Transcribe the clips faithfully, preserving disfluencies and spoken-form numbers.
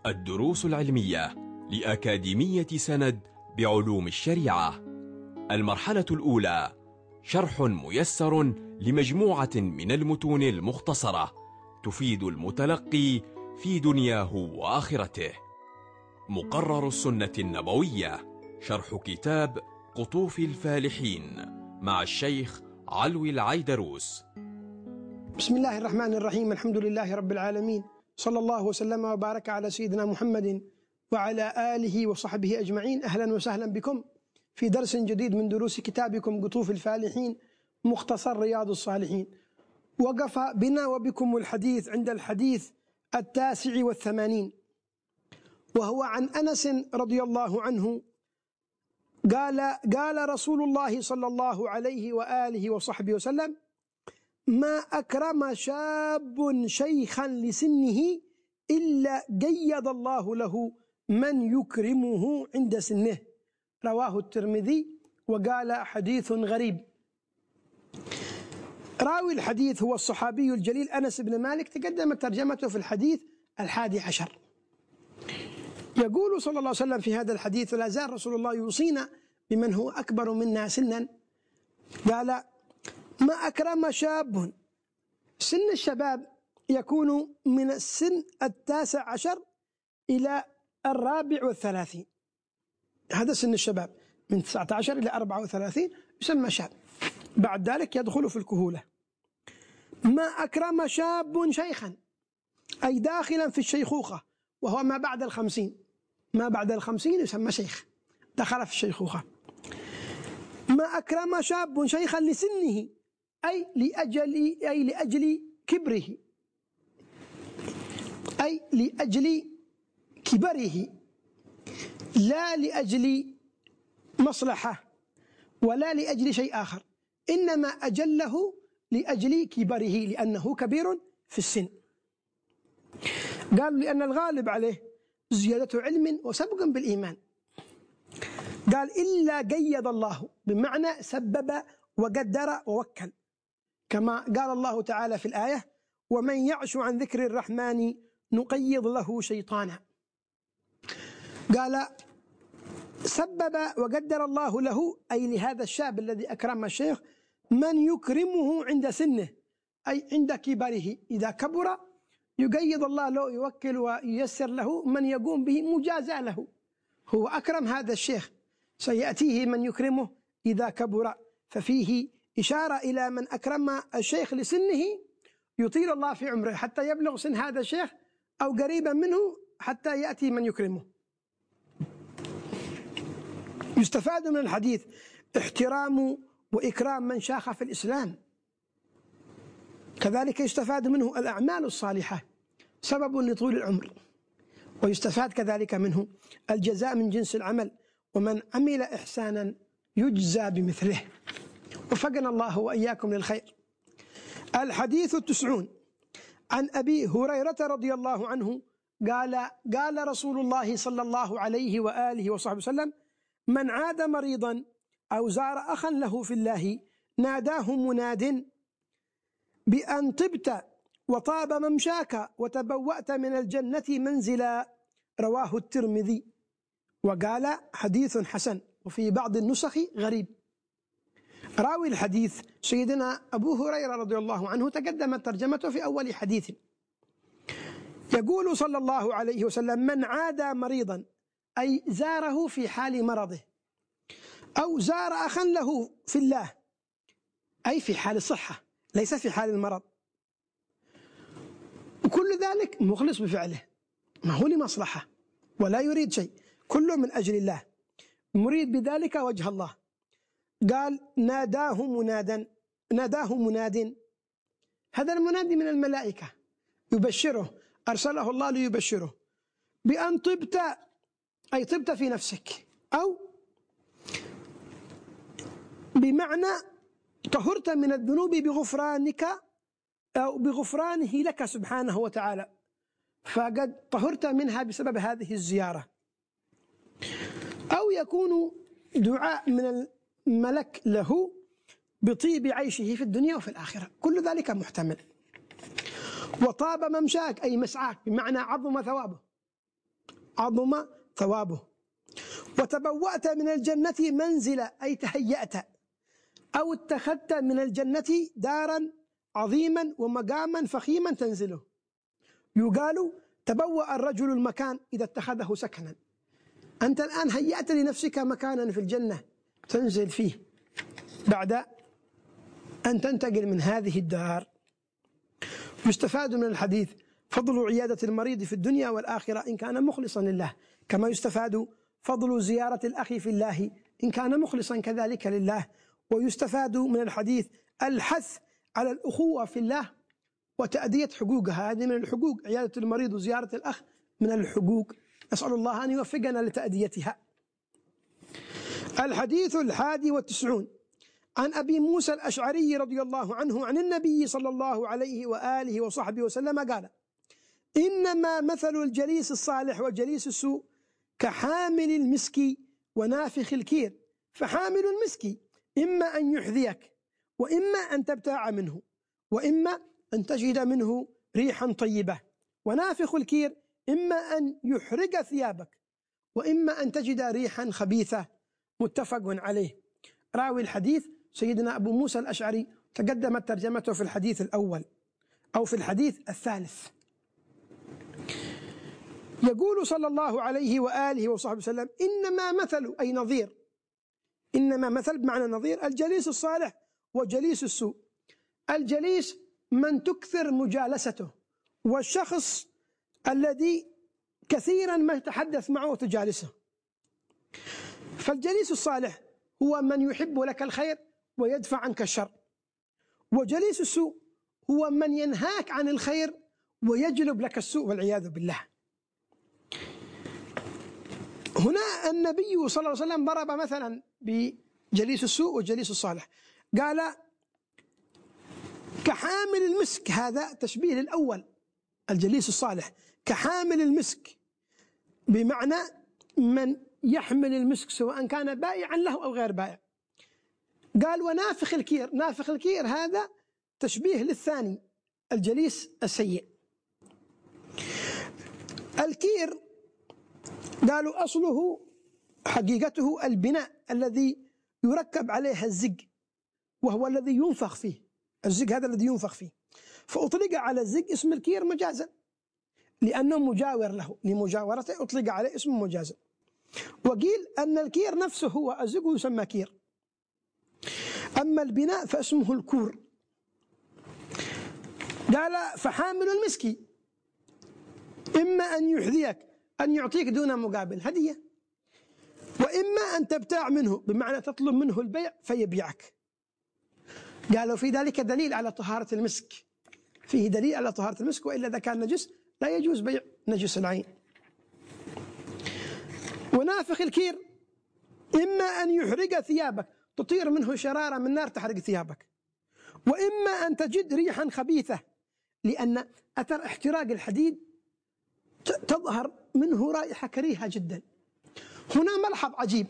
الدروس العلمية لأكاديمية سند بعلوم الشريعة. المرحلة الأولى: شرح ميسر لمجموعة من المتون المختصرة تفيد المتلقي في دنياه وآخرته. مقرر السنة النبوية، شرح كتاب قطوف الفالحين مع الشيخ علوي العيدروس. بسم الله الرحمن الرحيم. الحمد لله رب العالمين، صلى الله وسلم وبارك على سيدنا محمد وعلى آله وصحبه أجمعين. أهلا وسهلا بكم في درس جديد من دروس كتابكم قطوف الفالحين مختصر رياض الصالحين. وقف بنا وبكم الحديث عند الحديث التاسع والثمانين، وهو عن أنس رضي الله عنه قال قال رسول الله صلى الله عليه وآله وصحبه وسلم: ما أكرم شاب شيخا لسنه إلا قيض الله له من يكرمه عند سنه. رواه الترمذي وقال حديث غريب. راوي الحديث هو الصحابي الجليل أنس بن مالك، تقدمت ترجمته في الحديث الحادي عشر. يقول صلى الله عليه وسلم في هذا الحديث: لا زال رسول الله يوصينا بمن هو أكبر منا سنا. قال: ما أكرم شاب. سن الشباب يكون من السن التاسع عشر إلى الرابع والثلاثين، هذا سن الشباب من تسعة عشر إلى أربعة وثلاثين يسمى شاب، بعد ذلك يدخل في الكهولة. ما أكرم شاب شيخا، أي داخلا في الشيخوخة، وهو ما بعد الخمسين، ما بعد الخمسين يسمى شيخ، دخل في الشيخوخة. ما أكرم شاب شيخا لسنه، أي لأجل أي لأجل كبره، أي لأجل كبره، لا لأجل مصلحة ولا لأجل شيء آخر، إنما أجله لأجل كبره لأنه كبير في السن. قالوا لأن الغالب عليه زيادة علم وسبق بالإيمان. قال: إلا قيض الله، بمعنى سبب وقدر ووكل، كما قال الله تعالى في الآية: ومن يعش عن ذكر الرحمن نقيض له شيطانا. قال: سبب وقدر الله له، أي لهذا الشاب الذي أكرم الشيخ، من يكرمه عند سنه، أي عند كبره. إذا كبر يقيض الله له، يوكل وييسر له من يقوم به مجازاة له. هو أكرم هذا الشيخ، سيأتيه من يكرمه إذا كبر، ففيه إشارة إلى من أكرم الشيخ لسنه يطيل الله في عمره حتى يبلغ سن هذا الشيخ أو قريبا منه حتى يأتي من يكرمه. يستفاد من الحديث احترام وإكرام من شاخ في الإسلام. كذلك يستفاد منه الأعمال الصالحة سبب لطول العمر. ويستفاد كذلك منه الجزاء من جنس العمل، ومن عمل إحسانا يجزى بمثله. وفقنا الله وإياكم للخير. الحديث التسعون عن أبي هريرة رضي الله عنه قال قال رسول الله صلى الله عليه وآله وصحبه وسلم: من عاد مريضا أو زار أخا له في الله ناداه مناد بأن طبت وطاب ممشاك وتبوأت من الجنة منزلا. رواه الترمذي وقال حديث حسن، وفي بعض النسخ غريب. راوي الحديث سيدنا أبو هريرة رضي الله عنه، تقدمت ترجمته في أول حديث. يقول صلى الله عليه وسلم: من عاد مريضا، أي زاره في حال مرضه، أو زار أخا له في الله، أي في حال الصحة ليس في حال المرض، وكل ذلك مخلص بفعله، ما هو لمصلحة ولا يريد شيء، كله من أجل الله، مريد بذلك وجه الله. قال: ناداه منادا، ناداه مناد، هذا المنادي من الملائكة يبشره، أرسله الله ليبشره بأن طبت، أي طبت في نفسك، أو بمعنى طهرت من الذنوب بغفرانك أو بغفرانه لك سبحانه وتعالى، فقد طهرت منها بسبب هذه الزيارة. أو يكون دعاء من الملك له بطيب عيشه في الدنيا وفي الآخرة، كل ذلك محتمل. وطاب ممشاك، أي مسعاك، بمعنى عظم ثوابه، عظم ثوابه. وتبوأت من الجنة منزلا أي تهيأت أو اتخذت من الجنة دارا عظيما ومقاما فخيما تنزله. يقال تبوأ الرجل المكان إذا اتخذه سكنا. أنت الآن هيأت لنفسك مكانا في الجنة تنزل فيه بعد أن تنتقل من هذه الدار. يستفاد من الحديث فضل عيادة المريض في الدنيا والآخرة إن كان مخلصا لله، كما يستفاد فضل زيارة الأخ في الله إن كان مخلصا كذلك لله. ويستفاد من الحديث الحث على الأخوة في الله وتأدية حقوقها، هذه من الحقوق، عيادة المريض وزيارة الأخ من الحقوق، نسأل الله أن يوفقنا لتأديتها. الحديث الحادي والتسعون عن أبي موسى الأشعري رضي الله عنه عن النبي صلى الله عليه وآله وصحبه وسلم قال: إنما مثل الجليس الصالح وجليس السوء كحامل المسك ونافخ الكير، فحامل المسك إما أن يحذيك وإما أن تبتاع منه وإما أن تجد منه ريحا طيبة، ونافخ الكير إما أن يحرق ثيابك وإما أن تجد ريحا خبيثة. متفق عليه. راوي الحديث سيدنا أبو موسى الأشعري، تقدمت ترجمته في الحديث الأول أو في الحديث الثالث. يقول صلى الله عليه وآله وصحبه وسلم: إنما مثل، أي نظير، إنما مثل بمعنى نظير الجليس الصالح وجليس السوء. الجليس من تكثر مجالسته، والشخص الذي كثيرا ما تتحدث معه وتجالسه. فالجليس الصالح هو من يحب لك الخير ويدفع عنك الشر، وجليس السوء هو من ينهاك عن الخير ويجلب لك السوء والعياذ بالله. هنا النبي صلى الله عليه وسلم ضرب مثلا بجليس السوء وجليس الصالح، قال كحامل المسك، هذا تشبيه للأول الجليس الصالح، كحامل المسك بمعنى من يحمل المسك سواء كان بائعا له أو غير بائع. قال ونافخ الكير، نافخ الكير هذا تشبيه للثاني الجليس السيء. الكير قالوا أصله حقيقته البناء الذي يركب عليه الزق، وهو الذي ينفخ فيه، الزق هذا الذي ينفخ فيه، فأطلق على الزق اسم الكير مجازا لأنه مجاور له، لمجاورته أطلق عليه اسم مجازا. وقيل أن الكير نفسه هو الزق يسمى كير، أما البناء فاسمه الكور. قال فحامل المسك إما أن يحذيك، أن يعطيك دون مقابل هدية، وإما أن تبتاع منه بمعنى تطلب منه البيع فيبيعك. قالوا في ذلك دليل على طهارة المسك، فيه دليل على طهارة المسك، وإلا إذا كان نجس لا يجوز بيع نجس العين. ونافخ الكير إما أن يحرق ثيابك، تطير منه شرارة من نار تحرق ثيابك، وإما أن تجد ريحا خبيثة، لأن أثر احتراق الحديد تظهر منه رائحة كريهة جدا. هنا ملحظ عجيب،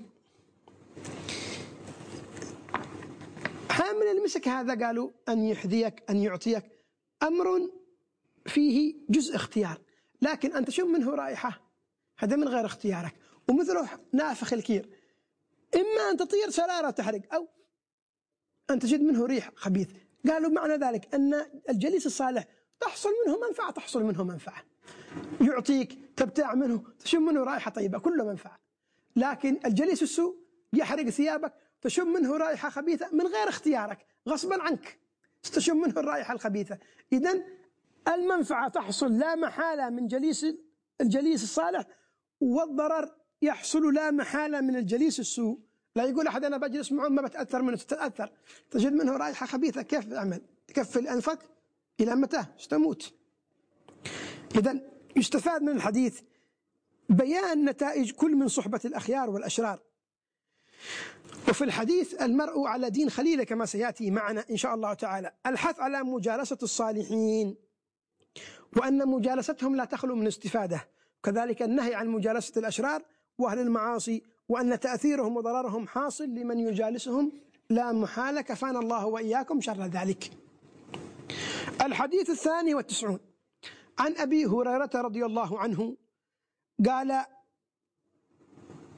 حامل المسك هذا قالوا أن يحذيك أن يعطيك أمر فيه جزء اختيار، لكن أن تشم منه رائحة هذا من غير اختيارك. ومثله نافخ الكير، إما أن تطير شرارة تحرق أو أن تجد منه ريح خبيث. قالوا معنى ذلك أن الجليس الصالح تحصل منه منفعة، تحصل منه منفعة، يعطيك، تبتاع منه، تشم منه رائحة طيبة، كله منفعة. لكن الجليس السوء يحرق ثيابك، تشم منه رائحة خبيثة من غير اختيارك، غصبا عنك تشم منه الرائحة الخبيثة. إذن المنفعة تحصل لا محالة من جليس الجليس الصالح، والضرر يحصل لا محالة من الجليس السوء. لا يقول أحد أنا بجلس معه ما بتأثر منه، تتأثر، تجد منه رائحة خبيثة، كيف تعمل؟ تكفل أنفك إلى متى؟ ستموت. إذن يستفاد من الحديث بيان نتائج كل من صحبة الأخيار والأشرار. وفي الحديث المرء على دين خليله كما سيأتي معنا إن شاء الله تعالى، الحث على مجالسة الصالحين، وأن مجالستهم لا تخلو من استفادة، وكذلك النهي عن مجالسة الأشرار وأهل المعاصي، وأن تأثيرهم وضررهم حاصل لمن يجالسهم لا محالة، كفانا الله وإياكم شر ذلك. الحديث الثاني والتسعون عن أبي هريرة رضي الله عنه قال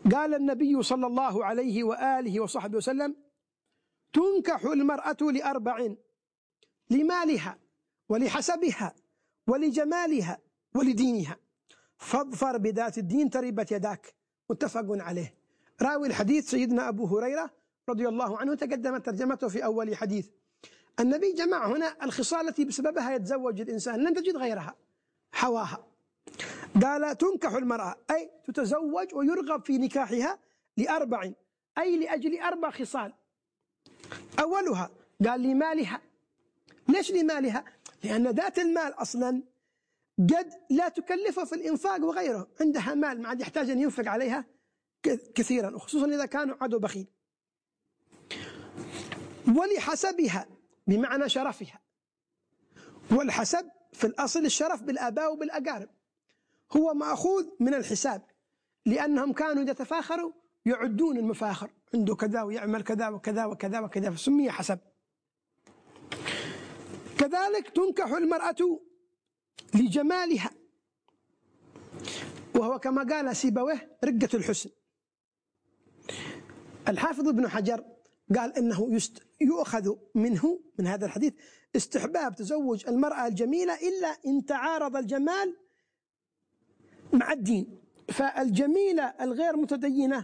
قال النبي صلى الله عليه وآله وصحبه وسلم: تنكح المرأة لأربع: لمالها ولحسبها ولجمالها ولدينها، فاظفر بذات الدين تربت يداك. متفق عليه. راوي الحديث سيدنا أبو هريرة رضي الله عنه، تقدمت ترجمته في أول حديث. النبي جمع هنا الخصال التي بسببها يتزوج الإنسان، لن تجد غيرها، حواها. قال: تنكح المرأة أي تتزوج ويرغب في نكاحها لأربع، أي لأجل أربع خصال. أولها قال: لمالها. ليش لمالها؟ لأن ذات المال أصلا قد لا تكلفه في الإنفاق وغيره، عندها مال ما عاد يحتاج أن ينفق عليها كثيرا، وخصوصا إذا كانوا عدو بخيل. ولحسبها بمعنى شرفها، والحسب في الأصل الشرف بالآباء وبالأقارب، هو مأخوذ من الحساب، لأنهم كانوا يتفاخروا يعدون المفاخر، عنده كذا ويعمل كذا وكذا وكذا وكذا، فسمي حسب. كذلك تنكح المرأة لجمالها، وهو كما قال سيبويه رقة الحسن. الحافظ ابن حجر قال إنه يست... يؤخذ منه من هذا الحديث استحباب تزوج المرأة الجميلة إلا إن تعارض الجمال مع الدين، فالجميلة الغير متدينة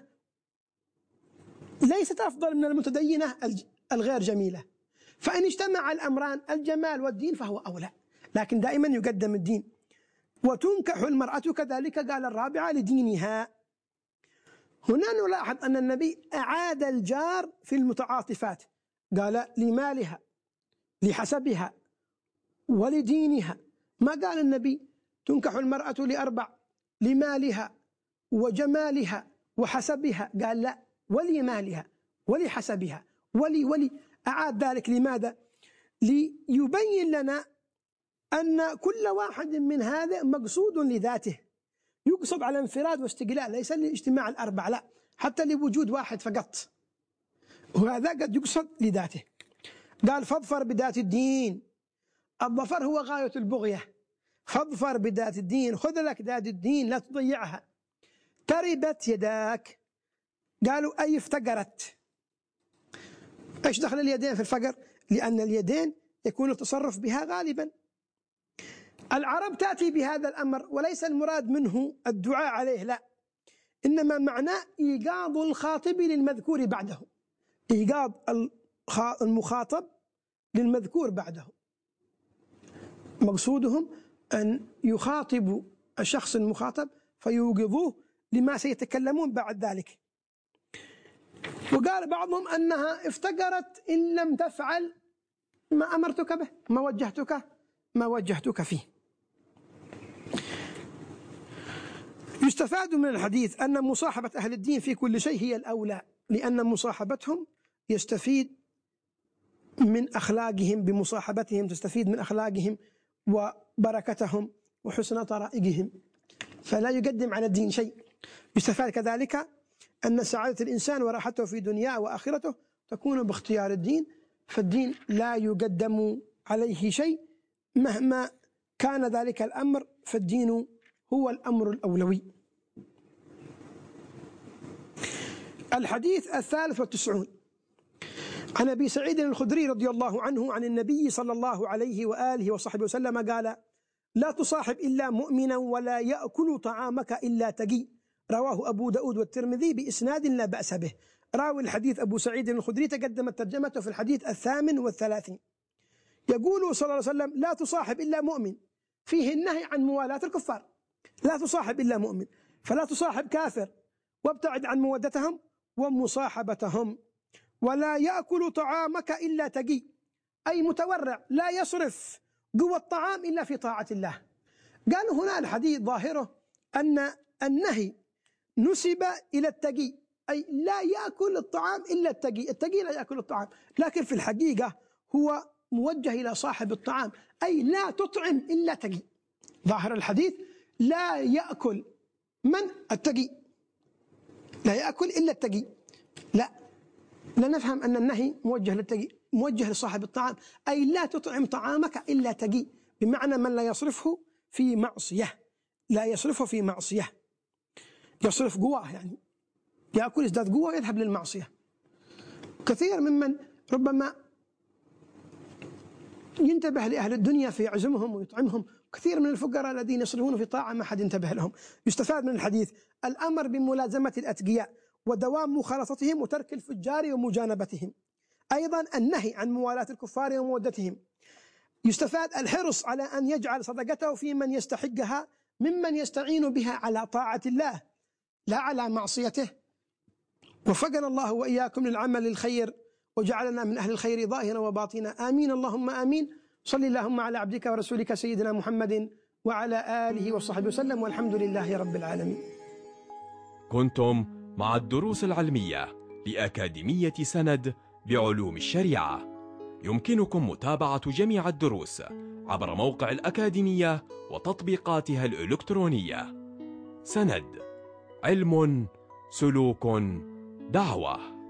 ليست أفضل من المتدينة الغير جميلة، فإن اجتمع الأمران الجمال والدين فهو أولى، لكن دائما يقدم الدين. وتنكح المرأة كذلك قال الرابعة لدينها. هنا نلاحظ أن النبي أعاد الجار في المتعاطفات، قال لمالها لحسبها ولدينها، ما قال النبي تنكح المرأة لأربع: لمالها وجمالها وحسبها، قال لا، ولمالها ولحسبها ولي ولي أعاد ذلك. لماذا؟ ليبين لنا أن كل واحد من هذا مقصود لذاته، يقصد على انفراد واستقلال، ليس لاجتماع الأربع، لا، حتى لوجود واحد فقط، وهذا قد يقصد لذاته. قال: فاظفر بذات الدين. الظفر هو غاية البغية، فاظفر بذات الدين، خذ لك ذات الدين لا تضيعها. تربت يداك، قالوا أي افتقرت. ايش دخل اليدين في الفقر؟ لأن اليدين يكون التصرف بها غالبا. العرب تأتي بهذا الأمر، وليس المراد منه الدعاء عليه، لا، إنما معناه إيقاظ الخاطب للمذكور بعده، إيقاظ المخاطب للمذكور بعده. مقصودهم أن يخاطبوا الشخص المخاطب فيوقظوه لما سيتكلمون بعد ذلك. وقال بعضهم أنها افتقرت إن لم تفعل ما أمرتك به، ما وجهتك ما وجهتك فيه. يستفاد من الحديث أن مصاحبة أهل الدين في كل شيء هي الأولى، لأن مصاحبتهم يستفيد من أخلاقهم، بمصاحبتهم تستفيد من أخلاقهم وبركتهم وحسن طرائقهم، فلا يقدم على الدين شيء. يستفاد كذلك أن سعادة الإنسان وراحته في دنياه وآخرته تكون باختيار الدين، فالدين لا يقدم عليه شيء مهما كان ذلك الأمر، فالدين هو الأمر الأولوي. الحديث الثالث والتسعون عن أبي سعيد الخدري رضي الله عنه عن النبي صلى الله عليه وآله وصحبه وسلم قال: لا تصاحب إلا مؤمنا ولا يأكل طعامك إلا تقي. رواه أبو داود والترمذي بإسناد لا بأس به. راوي الحديث أبو سعيد الخدري، تقدمت ترجمته في الحديث الثامن والثلاثين. يقول صلى الله عليه وسلم: لا تصاحب إلا مؤمن، فيه النهي عن موالاة الكفار، لا تصاحب إلا مؤمن، فلا تصاحب كافر وابتعد عن مودتهم ومصاحبتهم. ولا يأكل طعامك إلا تقي، أي متورع، لا يصرف قوة الطعام إلا في طاعة الله. قالوا هنا الحديث ظاهره أن النهي نسب إلى التقي، أي لا يأكل الطعام إلا التقي، التقي لا يأكل الطعام، لكن في الحقيقة هو موجه إلى صاحب الطعام، أي لا تطعم إلا تقي. ظاهر الحديث لا يأكل من التقي، لا يأكل إلا التقي، لا لا نفهم أن النهي موجه للتقي، موجه لصاحب الطعام، أي لا تطعم طعامك إلا تقي، بمعنى من لا يصرفه في معصية، لا يصرفه في معصية، يصرف قواه يعني. يأكل يزداد قوة ويذهب للمعصية. كثير ممن ربما ينتبه لأهل الدنيا فيعزمهم ويطعمهم، كثير من الفقراء الذين يصرفون في طاعة ما حد ينتبه لهم. يستفاد من الحديث الأمر بملازمة الأتقياء ودوام مخالطتهم وترك الفجار ومجانبتهم، أيضا النهي عن موالاة الكفار ومودتهم. يستفاد الحرص على أن يجعل صدقته في من يستحقها ممن يستعين بها على طاعة الله لا على معصيته. وفقنا الله وإياكم للعمل الخير وجعلنا من أهل الخير ظاهرا وباطنا، آمين اللهم آمين. صل اللهم على عبدك ورسولك سيدنا محمد وعلى آله وصحبه وسلم، والحمد لله رب العالمين. كنتم مع الدروس العلمية لأكاديمية سند بعلوم الشريعة. يمكنكم متابعة جميع الدروس عبر موقع الأكاديمية وتطبيقاتها الإلكترونية. سند، علم، سلوك، دعوة.